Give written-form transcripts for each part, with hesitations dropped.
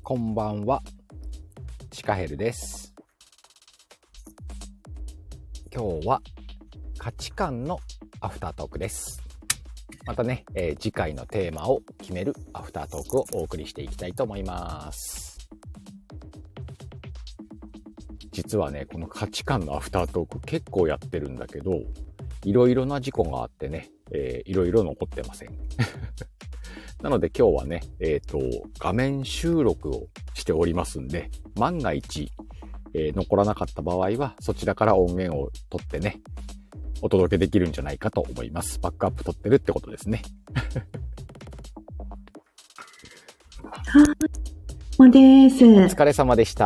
こんばんは、シカヘルです。今日は価値観のアフタートークです。またね、次回のテーマを決めるアフタートークをお送りしていきたいと思います。実はね、この価値観のアフタートーク結構やってるんだけど、いろいろな事故があってね、いろいろ残ってません。なので今日はね、画面収録をしておりますんで、万が一、残らなかった場合は、そちらから音源を取ってね、お届けできるんじゃないかと思います。バックアップ取ってるってことですね。 はい、もです。 お疲れ様でした。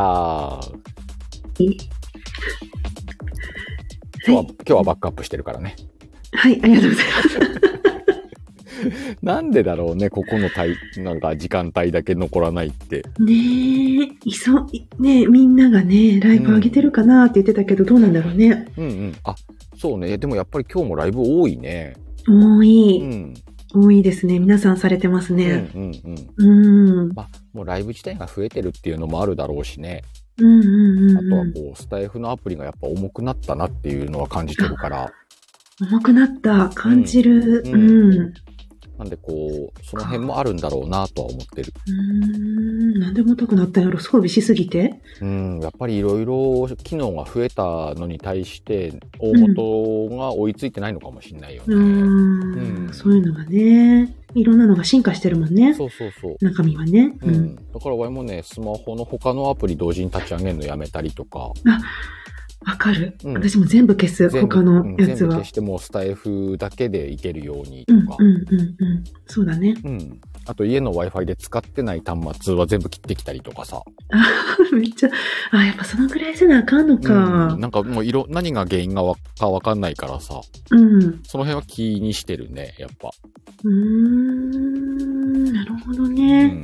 今日はバックアップしてるからね。 はい、ありがとうございます。 なんでだろうね、ここのなんか時間帯だけ残らないって。 ねえ、ねみんながね、ライブ上げてるかなって言ってたけど、どうなんだろうね。 うんうん。あ、そうね。でもやっぱり今日もライブ多いね。 多い。 うん。 多いですね。皆さんされてますね。 うんうんうん。 まあ、もうライブ自体が増えてるっていうのもあるだろうしね。あとはこう、スタイフのアプリがやっぱ重くなったなっていうのは感じてるから。 重くなった。感じる。 なんでこう、その辺もあるんだろうなとは思ってる。 なんで重たくなったんやろ、装備しすぎて？ やっぱりいろいろ機能が増えたのに対して、大元が追いついてないのかもしれないよね。 そういうのがね、いろんなのが進化してるもんね。 そうそうそう。 中身はね。 だから俺もね、スマホの他のアプリ同時に立ち上げるのやめたりとか。 わかる、私も全部消す、他のやつは。 全部消してもスタイフだけでいけるようにとか。 そうだね。 あと家の Wi-Fi で使ってない端末は全部切ってきたりとかさ。 めっちゃ、やっぱそのぐらいせなあかんのか。 なんかもう何が原因かわかんないからさ。その辺は気にしてるね、やっぱ。 なるほどね。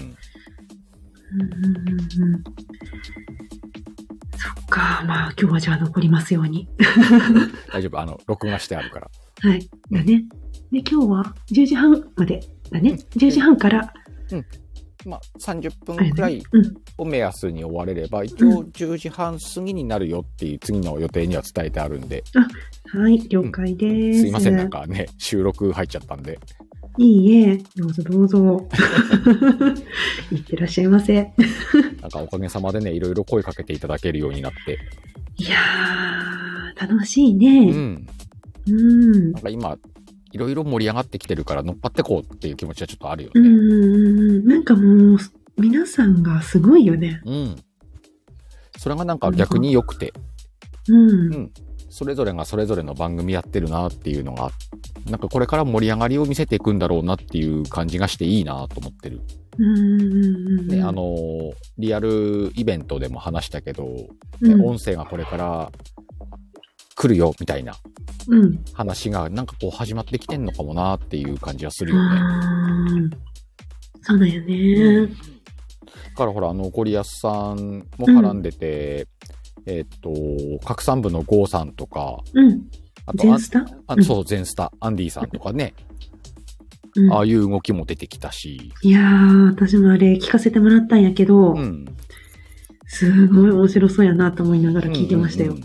そっか、まあ今日はじゃあ残りますように。 大丈夫、録画してあるから。 はい。だね。で、今日は10時半までだね。10時半から。 まあ30分くらいを目安に終われれば、一応10時半過ぎになるよっていう次の予定には伝えてあるんで。 はい、了解です。 すいません、なんかね、収録入っちゃったんで。 いいえ、どうぞどうぞ。いってらっしゃいませ。 なんかおかげさまでね、いろいろ声かけていただけるようになって。 いやー、楽しいね。 なんか今、いろいろ盛り上がってきてるから乗っ張ってこうっていう気持ちはちょっとあるよね。 なんかもう、皆さんがすごいよね。 それがなんか逆に良くて。それぞれがそれぞれの番組やってるなっていうのが、なんかこれから盛り上がりを見せていくんだろうなっていう感じがしていいなと思ってる。ね、リアルイベントでも話したけど、音声がこれから来るよみたいな話がなんかこう始まってきてんのかもなっていう感じがするよね。 そうだよね。 だからほらゴリアスさんも絡んでて、拡散部のゴーさんとか、 あとゼンスタ？ そう、ゼンスタ、アンディさんとかね、ああいう動きも出てきたし。 いやー、私もあれ聞かせてもらったんやけど、すごい面白そうやなと思いながら聞いてましたよ。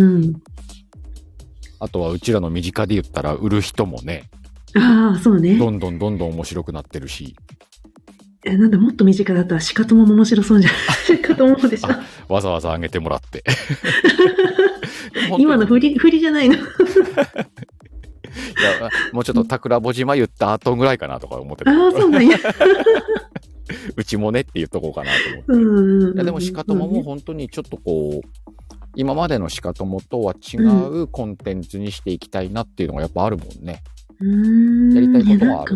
あとはうちらの身近で言ったら売る人もね、 そうね。 どんどん面白くなってるし。 なんだ、もっと身近だったら、シカトモも面白そうじゃないかと思うでしょ。 わざわざ上げてもらって。 今の振りじゃないの。いや、 もうちょっと桜ぼ島言った後ぐらいかなとか思ってた。 そうなんや。 うちもねって言っとこうかなと思って。いや、でもシカトモも本当にちょっとこう、今までのシカトモとは違うコンテンツにしていきたいなっていうのがやっぱあるもんね。やりたいことはある。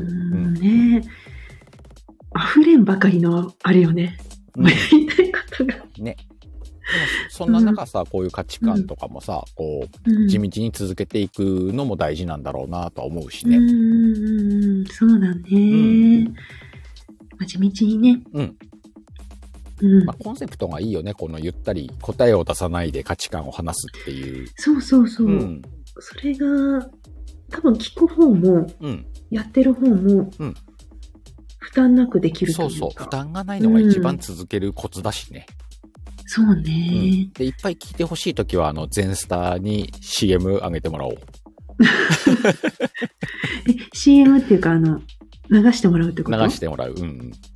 溢れんばかりのあれよね。やりたいことが。 ね。でもそんな中さ、こういう価値観とかもさ、こう、地道に続けていくのも大事なんだろうなとは思うしね。 そうだね。地道にね。 コンセプトがいいよね。このゆったり答えを出さないで価値観を話すっていう。 そう。それが、多分聞く方も、やってる方も、普担なくできるというか。 そうそう。負担がないのが一番続けるコツだしね。 そうね、 で、いっぱい聞いてほしいときは、全スターに CM 上げてもらおう。 CM っていうか、流してもらうってこと？ 流してもらう。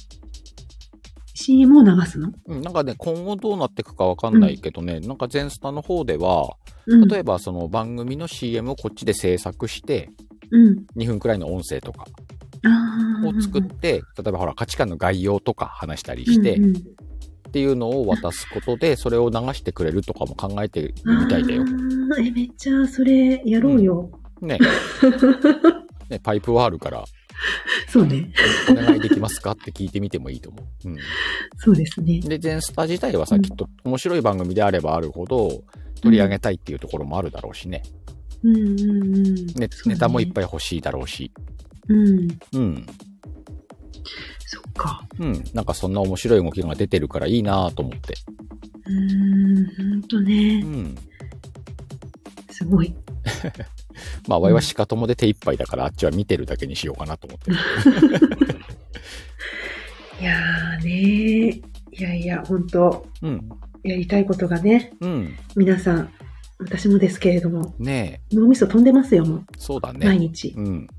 CM を流すの？ なんかね、今後どうなっていくかわかんないけどね、なんか全スタの方では、例えばその番組の CM をこっちで制作して、2分くらいの音声とかを作って、例えばほら価値観の概要とか話したりして、っていうのを渡すことで、それを流してくれるとかも考えてるみたいだよ。 めっちゃそれやろうよ。 ねパイプはあるから。 そうね。 お願いできますかって聞いてみてもいいと思う。 そうですね。 で、全スタ自体はさ、きっと面白い番組であればあるほど取り上げたいっていうところもあるだろうしね。ネタもいっぱい欲しいだろうし。 そっか。 なんかそんな面白い動きが出てるからいいなと思って。 ほんとね。すごい。 まあ、わいはしかともで手一杯だから、あっちは見てるだけにしようかなと思って。 いやーねー。いや、ほんと。やりたいことがね。皆さん、私もですけれども。 ね脳みそ飛んでますよ、もう。 そうだね。 毎日。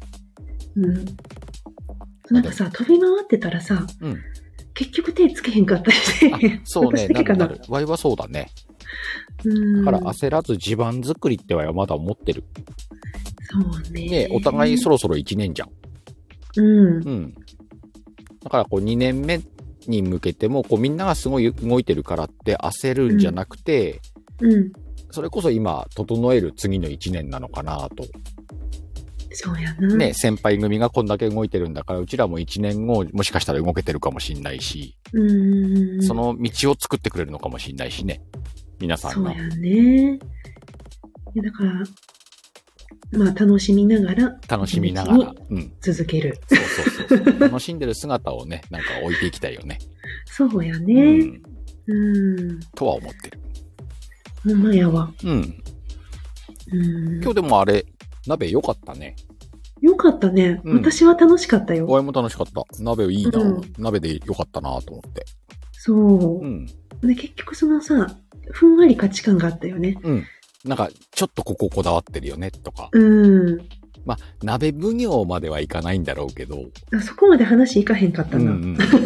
なんかさ、飛び回ってたらさ、結局手つけへんかったりして。 そうね、なる。わいはそうだね。だから焦らず地盤作りってはまだ思ってる。 そうね。 ね、お互いそろそろ1年じゃん。だからこう2年目に向けても、こうみんながすごい動いてるからって焦るんじゃなくて、それこそ今整える次の1年なのかなと。 そうやな。 ね、先輩組がこんだけ動いてるんだから、うちらも1年後、もしかしたら動けてるかもしんないし、その道を作ってくれるのかもしんないしね。皆さんが。 そうやね。だから、まあ楽しみながら、続ける。 そう。楽しんでる姿をね、なんか置いていきたいよね。 そうやね。 とは思ってる。 ほんまやわ。 今日でもあれ、鍋良かったね。 良かったね。私は楽しかったよ。 わいも楽しかった。鍋いいな。鍋で良かったなと思って。 そう。で、結局そのさ、ふんわり価値観があったよね。 なんか、ちょっとこここだわってるよね、とか。まあ、鍋奉行まではいかないんだろうけど。 そこまで話いかへんかったな。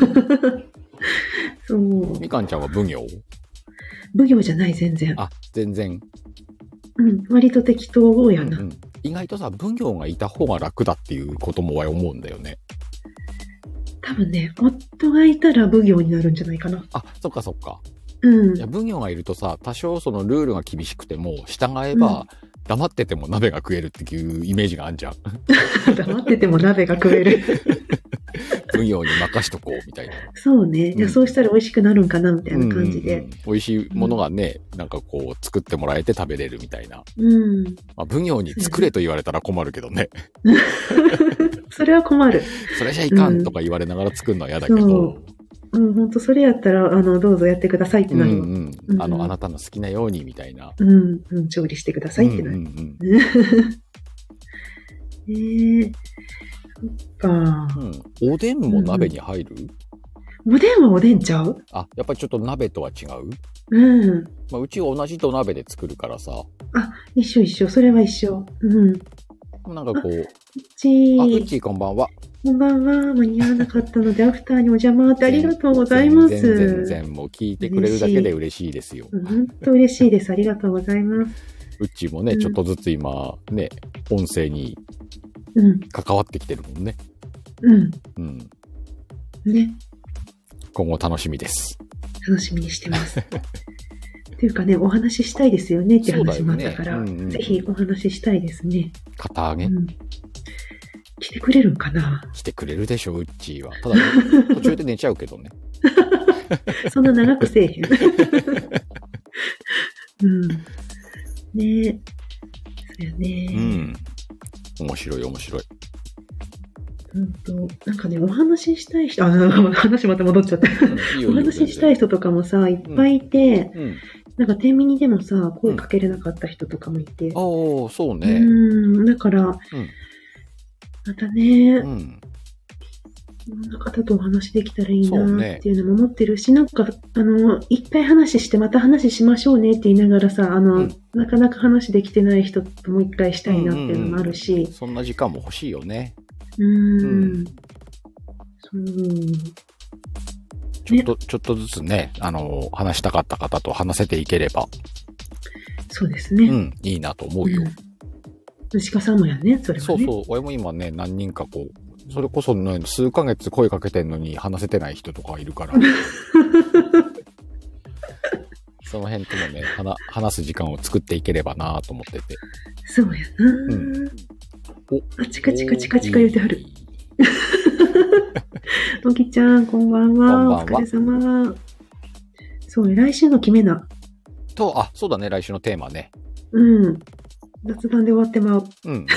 そう。 みかんちゃんは奉行？ 奉行じゃない、全然。 あ、全然。 割と適当やな。 意外とさ、奉行がいた方が楽だっていうことも思うんだよね。 多分ね、夫がいたら奉行になるんじゃないかな。 あ、そっかそっか。 いや、奉行がいるとさ、多少そのルールが厳しくても、従えば、黙ってても鍋が食えるっていうイメージがあんじゃん。 黙ってても鍋が食える。 奉行に任しとこう、みたいな。 そうね。じゃあそうしたら美味しくなるんかな、みたいな感じで。 美味しいものがね、なんかこう、作ってもらえて食べれるみたいな。まあ、奉行に作れと言われたら困るけどね。 それは困る。 それじゃいかんとか言われながら作るのは嫌だけど。 本当それやったら、どうぞやってくださいってなる。 あなたの好きなようにみたいな。 調理してくださいってなる。そっか。 おでんも鍋に入る？ おでんはおでんちゃう？ あ、やっぱりちょっと鍋とは違う？まあ、うち同じ土鍋で作るからさ。 あ、一緒。それは一緒。 なんかこう。うちーこんばんは。 こんばんは。間に合わなかったので、アフターにお邪魔ってありがとうございます。 全然もう聞いてくれるだけで嬉しいですよ。 本当嬉しいです。ありがとうございます。 うちもね、ちょっとずつ今、ね、音声に関わってきてるもんね。 ね。 今後楽しみです。 楽しみにしてます。っていうかね、お話ししたいですよねって話もあったから、ぜひお話ししたいですね。 肩上げ、 来てくれるんかな？ 来てくれるでしょ、うっちーは。ただ、途中で寝ちゃうけどね。 そんな長くせえへん。ねえ。そうやね。 面白い。 なんかね、お話ししたい人、話また戻っちゃった。お話ししたい人とかもさ、いっぱいいて、なんか天秤にでもさ、声かけれなかった人とかもいて。 そうね。 だから、またね、 いろんな方とお話できたらいいなっていうのも思ってるし、なんか、一回話してまた話しましょうねって言いながらさ、なかなか話できてない人ともう一回したいなっていうのもあるし。 そんな時間も欲しいよね。 そう。 ちょっとずつね、話したかった方と話せていければ。 そうですね。 いいなと思うよ。 鹿さんもやね、それはね。 そう。俺も今ね、何人かこう、それこそね、数ヶ月声かけてんのに話せてない人とかいるから。その辺ともね、話す時間を作っていければなと思ってて。 そうやなチカチカ言うてはる。おきちゃん、こんばんは。お疲れ様。そう、来週の決めな。 そうだね、来週のテーマね。 雑談で終わってまう。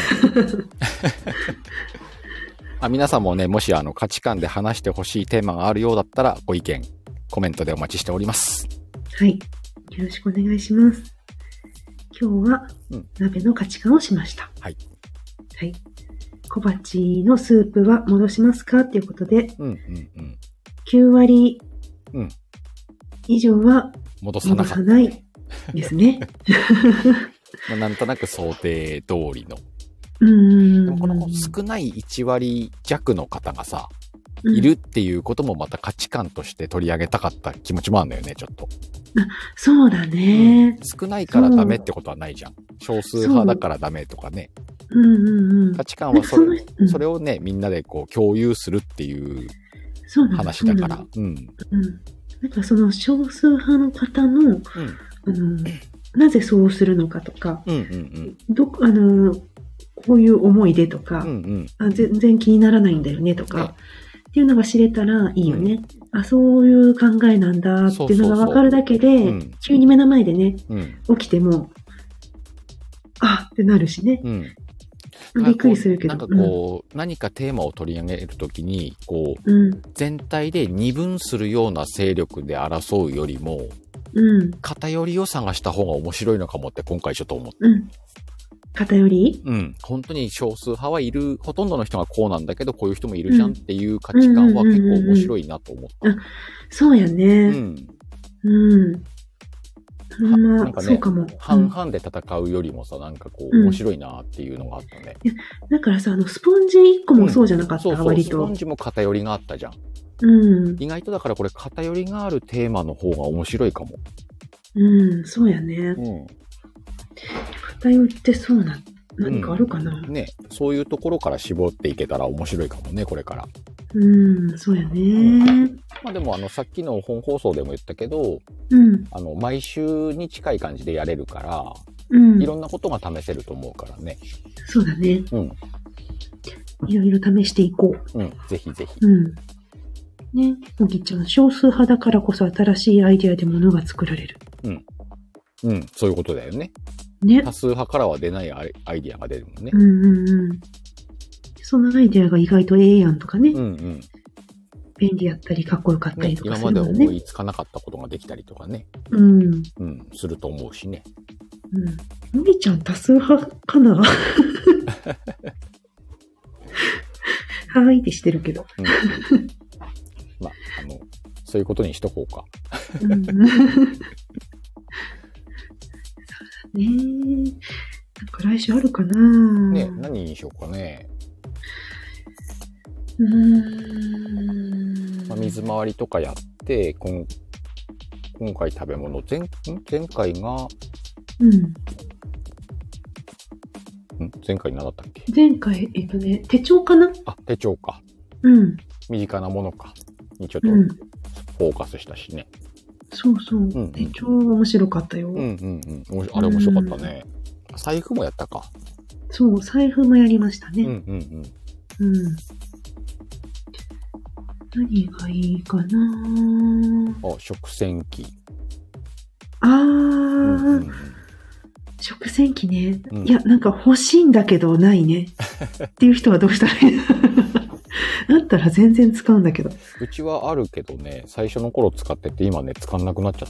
皆さんもね、もし価値観で話してほしいテーマがあるようだったら、ご意見、コメントでお待ちしております。 はい。よろしくお願いします。今日は、鍋の価値観をしました。 はい。 はい。小鉢のスープは戻しますかっていうことで、9割以上は戻さないですね。 なんとなく想定通りの。でもこの少ない1割弱の方がさ、いるっていうこともまた価値観として取り上げたかった気持ちもあるんだよね、ちょっと。 そうだね、 少ないからダメってことはないじゃん。少数派だからダメとかね。価値観はそれをね、みんなでこう共有するっていう話だから。 なんかその少数派の方の、なぜそうするのかとか、こういう思いでとか、全然気にならないんだよねとか、っていうのが知れたらいいよね。そういう考えなんだっていうのが分かるだけで、急に目の前でね、起きても、ってなるしね。びっくりするけど。 なんかこう、何かテーマを取り上げるときに、こう、全体で二分するような勢力で争うよりも、偏りを探した方が面白いのかもって今回ちょっと思った。 偏り？ 本当に少数派はいる、ほとんどの人がこうなんだけど、こういう人もいるじゃんっていう価値観は結構面白いなと思った。 そうやね。 なんかね、 そうかも。 半々で戦うよりもさ、なんかこう、面白いなっていうのがあったね。 だからさ、スポンジ1個もそうじゃなかった、割と。 スポンジも偏りがあったじゃん。意外とだからこれ偏りがあるテーマの方が面白いかも。 そうやね。偏ってそうな、何かあるかな。 ね、そういうところから絞っていけたら面白いかもね、これから。 そうやね。 でもさっきの本放送でも言ったけど、毎週に近い感じでやれるから、いろんなことが試せると思うからね。 そうだね。いろいろ試していこう。 ぜひぜひ。 ね、おぎちゃん、少数派だからこそ新しいアイデアで物が作られる。 そういうことだよね。多数派からは出ないアイデアが出るもんね。そのアイデアが意外とええやんとかね。便利やったり、かっこよかったりとかするのね。 今まで思いつかなかったことができたりとかね。すると思うしね。 おぎちゃん多数派かなはいってしてるけど。 そういうことにしとこうか。 そうだね。なんか来週あるかな。 何にしようかね。水回りとかやって、今回食べ物、前回が、前回何だったっけ？ 前回、手帳かな？ 手帳か。身近なものか。にちょっと、フォーカスしたしね。 そう。手帳面白かったよ。 あれ面白かったね。財布もやったか。 そう、財布もやりましたね。何がいいかな。 食洗機。 食洗機ね。いや、なんか欲しいんだけどないね。っていう人はどうしたらいいの？だったら全然使うんだけど。 うちはあるけどね、最初の頃使ってて今ね、使んなくなっちゃった。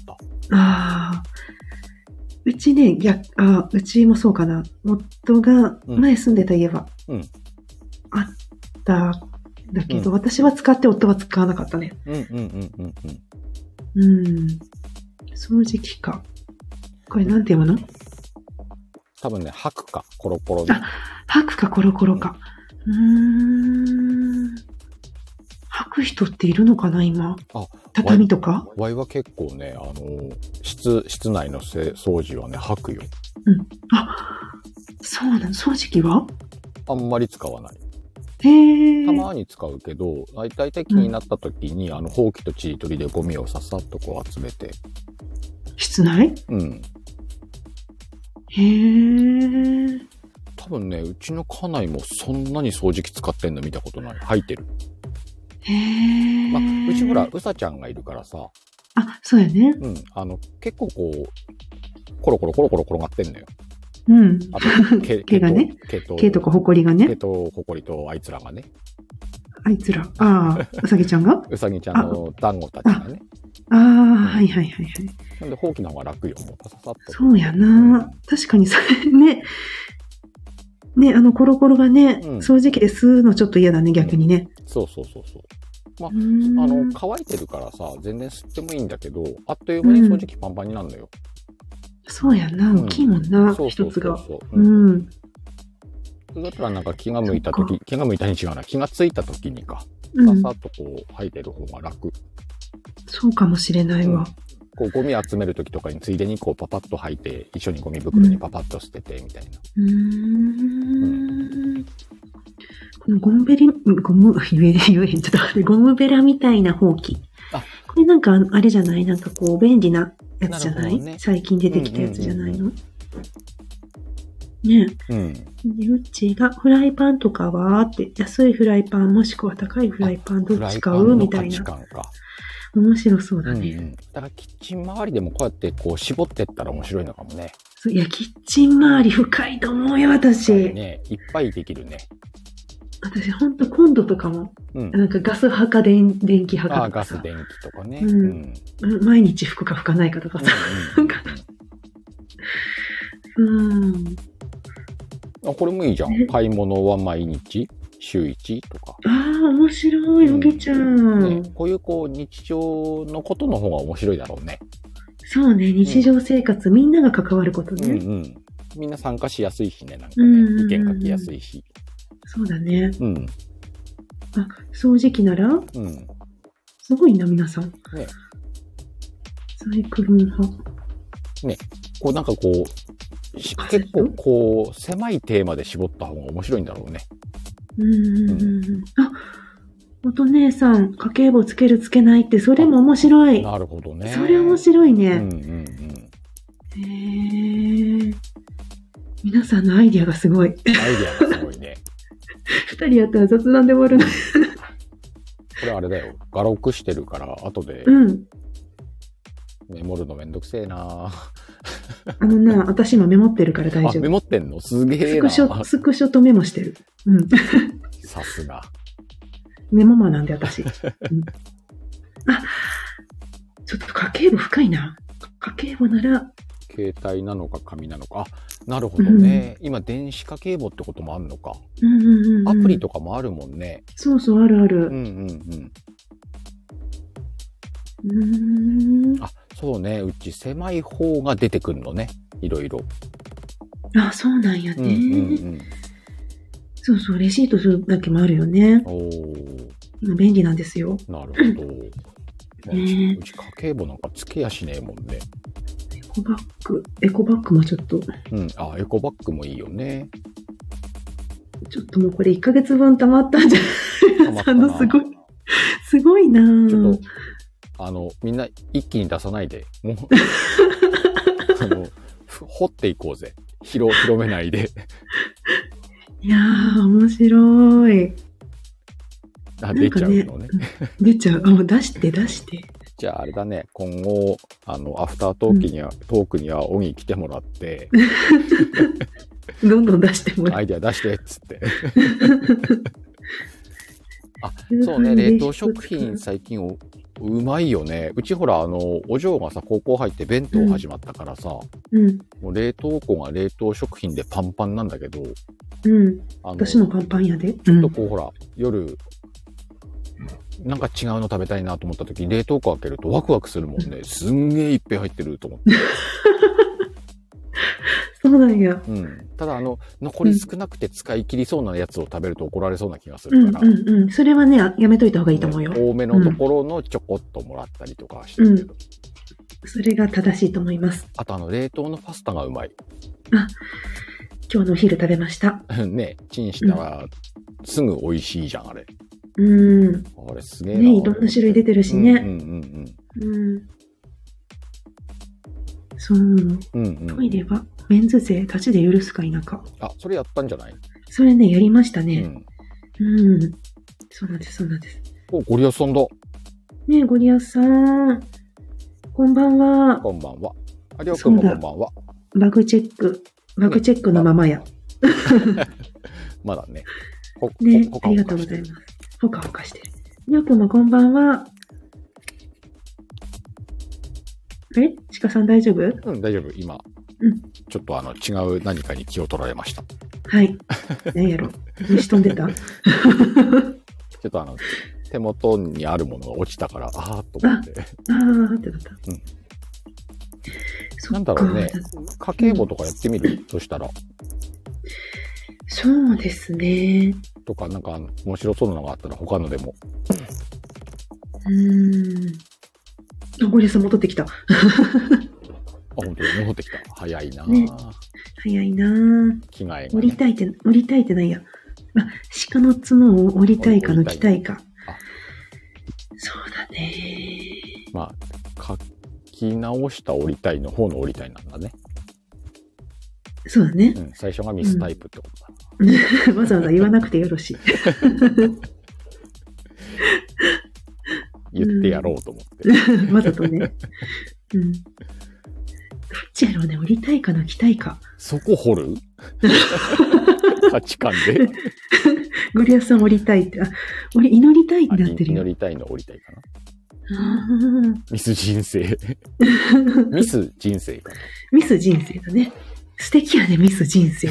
うちね、うちもそうかな。夫が前住んでた家は、あっただけど、私は使って夫は使わなかったね。掃除機か。これなんて読むの？ 多分ね、吐くか、コロコロで。 吐くか、コロコロか。吐く人っているのかな、今。畳とか？ ワイは結構ね、室内の掃除はね、吐くよ。 そうなの？掃除機は？ あんまり使わない。たまに使うけど、大体気になった時に、ほうきとちりとりでゴミをささっとこう集めて。 室内？ 多分ね、うちの家内もそんなに掃除機使ってんの見たことない。吐いてる。うちほら、うさちゃんがいるからさ。 そうやね。 結構こう、コロコロコロコロ転がってんのよ。あと、 毛がね。毛とかホコリがね。 毛とホコリとあいつらがね。 あいつら。うさぎちゃんが？ うさぎちゃんの団子たちがね。 はいはいはいはい。 なんで、ほうきの方が楽よ。もうパササッと。 そうやな。確かにそれね。ね、コロコロがね、掃除機で吸うのちょっと嫌だね、逆にね。 そう。乾いてるからさ、全然吸ってもいいんだけど、あっという間に掃除機パンパンになるのよ。 そうやな、大きいもんな、一つが。 だったらなんか気が向いたに違うな、気がついた時にか、ささっとこう吐いてる方が楽。 そうかもしれないわ。 こうゴミ集める時とかについでにこうパパッと吐いて、一緒にゴミ袋にパパッと捨ててみたいな。 このゴムベラみたいなほうき。これなんかあれじゃない？なんかこう便利なやつじゃない？最近出てきたやつじゃないの？ね。で、うちがフライパンとかはって、安いフライパンもしくは高いフライパンどっち買うみたいな。面白そうだね。 だからキッチン周りでもこうやってこう絞ってったら面白いのかもね。 いや、キッチン周り深いと思うよ、私。 ね、いっぱいできるね。 私、ほんとコンロとかも、なんかガス派か電気派かとかさ。 ガス電気とかね。 毎日拭くか拭かないかとかさ。 これもいいじゃん。買い物は毎日週1とか。 面白い、おげちゃん。 こういう日常のことの方が面白いだろうね。 そうね、日常生活、みんなが関わることね。 みんな参加しやすいしね、なんかね、意見書きやすいし。 そうだね。掃除機ならすごいな、皆さん。ね。サイクロン派。 ね。なんか結構狭いテーマで絞った方が面白いんだろうね。 お姉さん、家計簿つけるつけないって、それも面白い。 なるほどね。 それ面白いね。皆さんのアイディアがすごい。 アイディアがすごいね。 二人やったら雑談で終わるの。これあれだよ。画録してるから、後で。メモるのめんどくせえな。 私今メモってるから大丈夫。 メモってんの？すげえな。 スクショとメモしてる。 さすが。 メモマなんで私。ちょっと家計簿深いな。家計簿なら。 携帯なのか紙なのか。なるほどね。今電子家計簿ってこともあるのか。アプリとかもあるもんね。 そうそう、あるある。 そうね。うち狭い方が出てくるのね。いろいろ。 そうなんやね。そうそう、レシートするだけもあるよね。今便利なんですよ。 なるほど。うち家計簿なんかつけやしねえもんね。 エコバッグもちょっと。 エコバッグもいいよね。 ちょっともうこれ1ヶ月分溜まったんじゃない？すごいなぁ。 ちょっと、みんな一気に出さないで、もう、掘っていこうぜ。広めないで。 いやー、面白い。 出ちゃうのね。 出ちゃう。もう出して。 じゃああれだね、今後、アフタートークには、オギ来てもらって、 どんどん出してもらう。 アイデア出して、っつって。そうね、冷凍食品最近うまいよね。うちほら、お嬢がさ、高校入って弁当始まったからさ、もう冷凍庫が冷凍食品でパンパンなんだけど、 私もパンパンやで。 ちょっとほら、夜、 なんか違うの食べたいなと思った時に冷凍庫開けるとワクワクするもんね。すんげえいっぱい入ってると思って。 そうなんや。 うん。ただ残り少なくて使い切りそうなやつを食べると怒られそうな気がするから。 それはね、やめといた方がいいと思うよ。 多めのところのちょこっともらったりとかしてるけど。 それが正しいと思います。 あと冷凍のパスタがうまい。 あ、今日のお昼食べました。 ね、チンしたらすぐ美味しいじゃん、あれ。あれすげえな。 ね、いろんな種類出てるしね。そう。トイレはメンズ勢たちで許すか否か。 あ、それやったんじゃない？ それね、やりましたね。そうなんです、そうなんです。 お、ゴリアスさんだ。 ねえ、ゴリアスさん。こんばんは。 こんばんは。りょうくんもこんばんは。 バグチェックのままや。 まだね。 ね、ありがとうございます。ほかほかしてる。りょうくんもこんばんは。鹿さん大丈夫？ 大丈夫。今。ちょっと違う何かに気を取られました。 はい。何やろ。虫飛んでた？ちょっと手元にあるものが落ちたから、と思って。ってなった。 なんだろうね。家計簿とかやってみる？そしたら。 そうですね。 とか、なんか面白そうなのがあったら他のでも。 ゴリアス戻ってきた。 本当に戻ってきた。早いなぁ、 ね。早いなぁ。 着替えが、ね。 折りたいってないや。鹿の角を折りたいかの着たいか。そうだね。 まあ、書き直した折りたいの方の折りたいなんだね。 そうだね。 最初がミスタイプってことだな。わざわざ言わなくてよろしい。 言ってやろうと思って。 わざとね。どっちやろうね、折りたいかな、着たいか。 そこ掘る価値観で。 ゴリアスさん折りたいって、俺祈りたいってなってるよ。 祈りたいの折りたいかな。ミス人生。ミス人生かな。 ミス人生だね。素敵やね、ミス人生。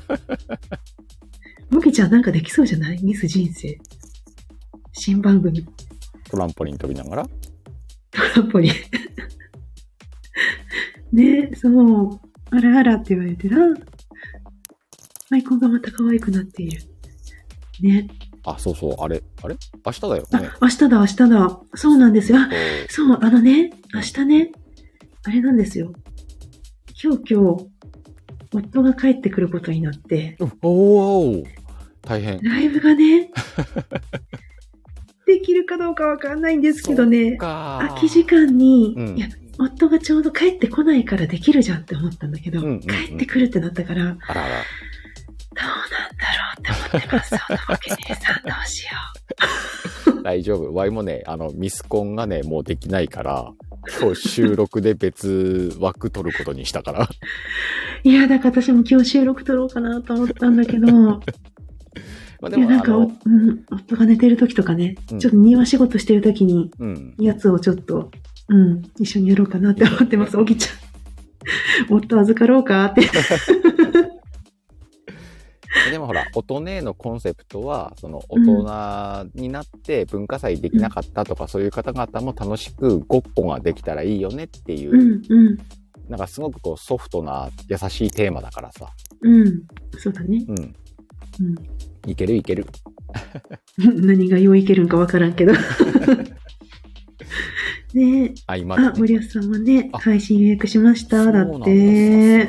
モキちゃんなんかできそうじゃない？ミス人生。新番組。 トランポリン飛びながら？ トランポリン。ね、そう。あらあらって言われてな。アイコンがまた可愛くなっている。ね。 そうそう、あれ明日だよね。 明日だ。そうなんですよ。そう、明日ね、あれなんですよ。今日、夫が帰ってくることになって。 大変。 ライブがね、できるかどうかわかんないんですけどね。空き時間に、いや、夫がちょうど帰ってこないからできるじゃんって思ったんだけど、帰ってくるってなったから、どうなんだろうって思ってます。おけ姉さんどうしよう。大丈夫。ワイもね、ミスコンがね、もうできないから、今日収録で別枠取ることにしたから。 いや、だから私も今日収録取ろうかなと思ったんだけど、でもなんか、夫が寝てる時とかね、ちょっと庭仕事してる時に、やつをちょっと、一緒にやろうかなって思ってます、おぎちゃん。夫預かろうかって。 でもほら、大人へのコンセプトは、その大人になって文化祭できなかったとか、そういう方々も楽しくごっこができたらいいよねっていう、なんかすごくこうソフトな優しいテーマだからさ。 そうだね。 いける。 何がよういけるんかわからんけど。ねえ。森保さんはね、配信予約しました。だって。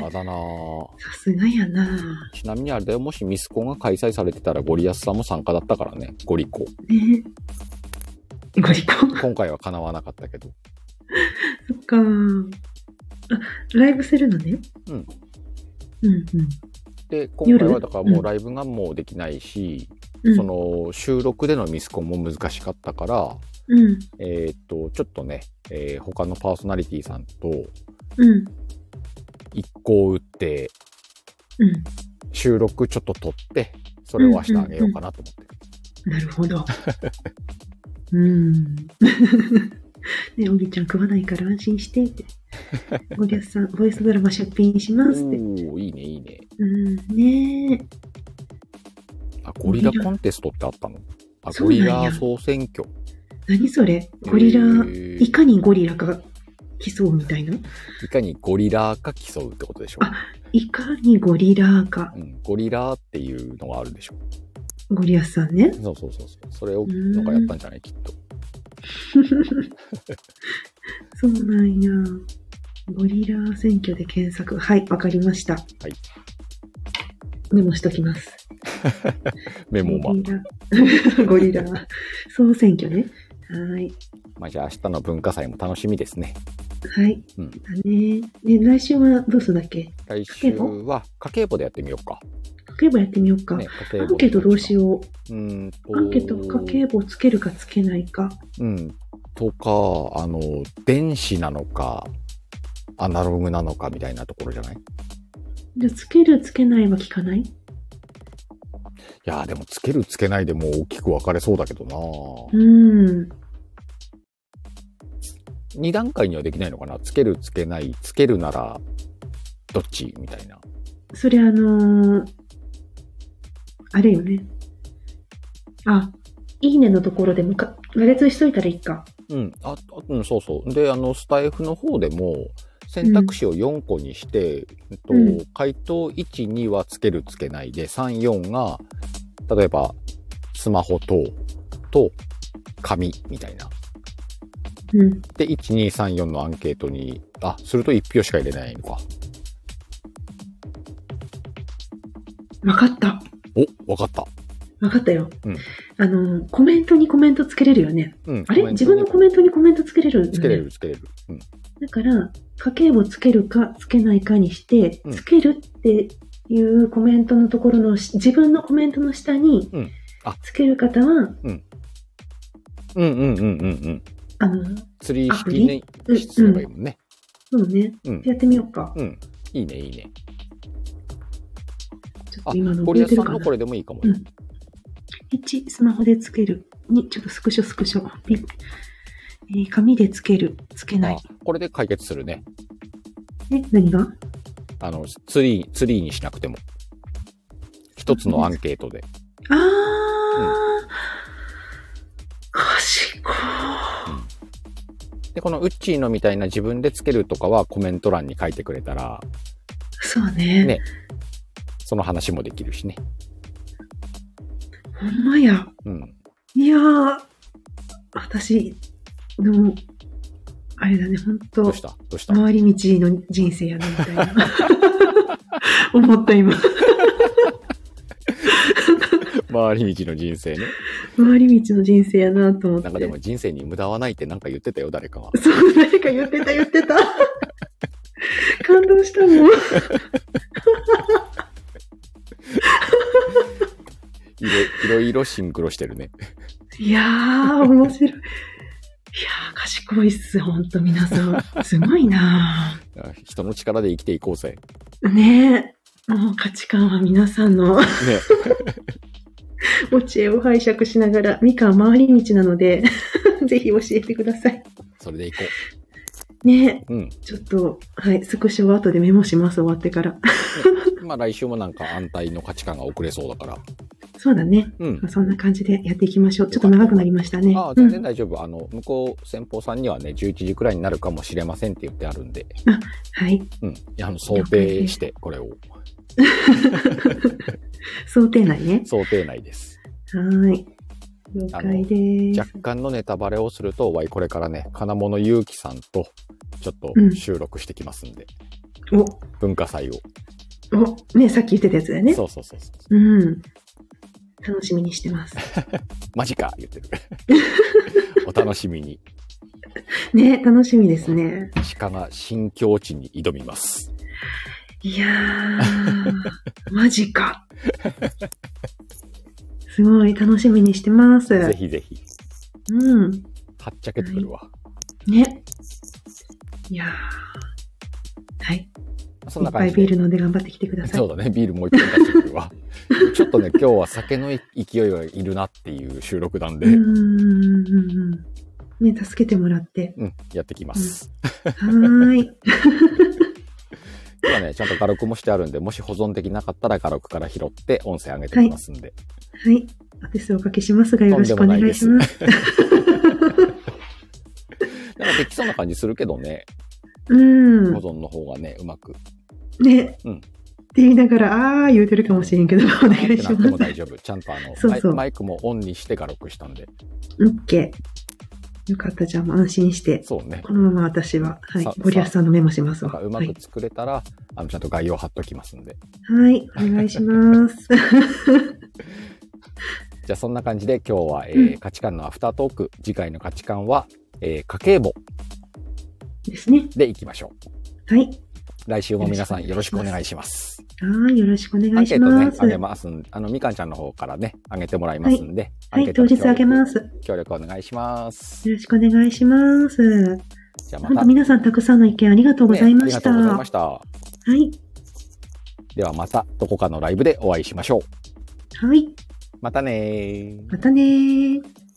さすがだな。 さすがやな。 ちなみにあれだよ、もしミスコンが開催されてたらゴリアスさんも参加だったからね、ゴリコ。 ねゴリコ。 今回は叶わなかったけど。 そっか。ライブするのね。 で、今回はだからもうライブがもうできないし、その収録でのミスコンも難しかったから、ちょっとね、他のパーソナリティさんと、一行打って、収録ちょっと撮って、それを明日あげようかなと思ってる。 なるほど。ね、おぎちゃん食わないから安心してって。ゴリアスさん、ボイスドラマ出品しますって。 いいね、いいね。 ねゴリラコンテストってあったの？ゴリラ総選挙。 何それゴリラ、いかにゴリラか競うみたいな？ いかにゴリラか競うってことでしょ？ あ、いかにゴリラか。 ゴリラっていうのがあるでしょ？ ゴリアスさんね。 そう。それをなんかやったんじゃない？きっと。 そうなんや。ゴリラ選挙で検索。はい、わかりました。はい。メモしときます。 メモは。 ゴリラ総選挙ね。はい。 じゃあ明日の文化祭も楽しみですね。 はい。だね。で、来週はどうするんだっけ？ 来週は家計簿でやってみようか。 家計簿やってみようか。アンケートどうしよう。アンケート家計簿つけるかつけないか。 とか、電子なのか、アナログなのかみたいなところじゃない？ じゃあ、つけるつけないは聞かない？いやーでもつけるつけないでも大きく分かれそうだけどな。2段階にはできないのかな？つけるつけない、つけるならどっちみたいな。 それあれよね。いいねのところでも羅列しといたらいいか。 そうそう。で、スタイフの方でも選択肢を4個にして、回答1、2はつけるつけないで、3、4が、例えば、スマホ等と紙みたいな。で、1、2、3、4のアンケートに、すると1票しか入れないのか。 わかった。 わかった。 わかったよ。コメントにコメントつけれるよね。あれ？自分のコメントにコメントつけれるよね。 つけれる。 だから、家計簿つけるかつけないかにして、つけるっていうコメントのところの、自分のコメントの下に、つける方は、 ツリー式にすればいいもんね。 そうね。やってみようか。 いいね。 ちょっと今のゴリアスさんのこれでもいいかもよ。 1、スマホでつける。2、ちょっとスクショ。紙でつける。つけない。 これで解決するね。 何が？ ツリーにしなくても。一つのアンケートで。 賢い。 で、このウッチーのみたいな自分でつけるとかはコメント欄に書いてくれたら。 そうね。 その話もできるしね。 ほんまや。いやー、私、でも、あれだね、ほんと。 どうした回り道の人生やな、みたいな。思った、今。 回り道の人生ね。 回り道の人生やな、と思って。 なんかでも人生に無駄はないってなんか言ってたよ、誰かが。 そう、誰か言ってた。感動したもん。 いろいろシンクロしてるね。 いやー、面白い。いやー、賢いっす、ほんと皆さん。すごいなー。人の力で生きていこうぜ。 ねえ。もう価値観は皆さんの。ね。お知恵を拝借しながら、みかん回り道なので、ぜひ教えてください。 それでいこう。ねえ。ちょっと、はい、スクショを後でメモします、終わってから。 来週もなんか安泰の価値観が遅れそうだから。 そうだね。そんな感じでやっていきましょう。ちょっと長くなりましたね。 全然大丈夫。向こう先方さんにはね、11時くらいになるかもしれませんって言ってあるんで。 はい。 想定して、これを。 想定内ね。 想定内です。 はい。了解です。 若干のネタバレをすると、これからね、金物ゆうきさんと、ちょっと収録してきますんで。文化祭を。 ね、さっき言ってたやつだよね。 そう。 楽しみにしてます。 マジか言ってる。お楽しみに。 ね、楽しみですね。 鹿が新境地に挑みます。 いやー、マジか。すごい楽しみにしてます。 ぜひぜひ。はっちゃけてくるわ。 ね。いやー。はい。 そんな感じいっぱいビール飲んで頑張ってきてください。 そうだね。ビールもう一回出してくるわ。ちょっとね、今日は酒の勢いがいるなっていう収録なんで。 ね、助けてもらって。 やってきます。 はい。 今ね、ちゃんと画録もしてあるんで、もし保存できなかったら画録から拾って音声上げてきますんで。 はい。お手数おかけしますがよろしくお願いします。 できそうな感じするけどね。 うん。 保存の方がね、うまく。 ね。うん。って言いながら、言うてるかもしれんけど、お願いします。 でも大丈夫。ちゃんとそうマイクもオンにして画録したんで。 オッケー。よかった、じゃあ安心して。 そうね。 このまま私は、はい、ゴリアスさんのメモしますわ。 うまく作れたら、ちゃんと概要貼っときますんで。 はい、お願いします。 じゃあそんな感じで今日は、価値観のアフタートーク。次回の価値観は、家計簿。 ですね。 でいきましょう。はい。 来週も皆さんよろしくお願いします。 はい、よろしくお願いします。 アンケートね、あげます。みかんちゃんの方からね、あげてもらいますんで。 はい、当日あげます。 協力お願いします。 よろしくお願いします。 じゃあまた。本当皆さんたくさんの意見ありがとうございました。 ありがとうございました。 はい。 ではまたどこかのライブでお会いしましょう。はい。 またねー。 またねー。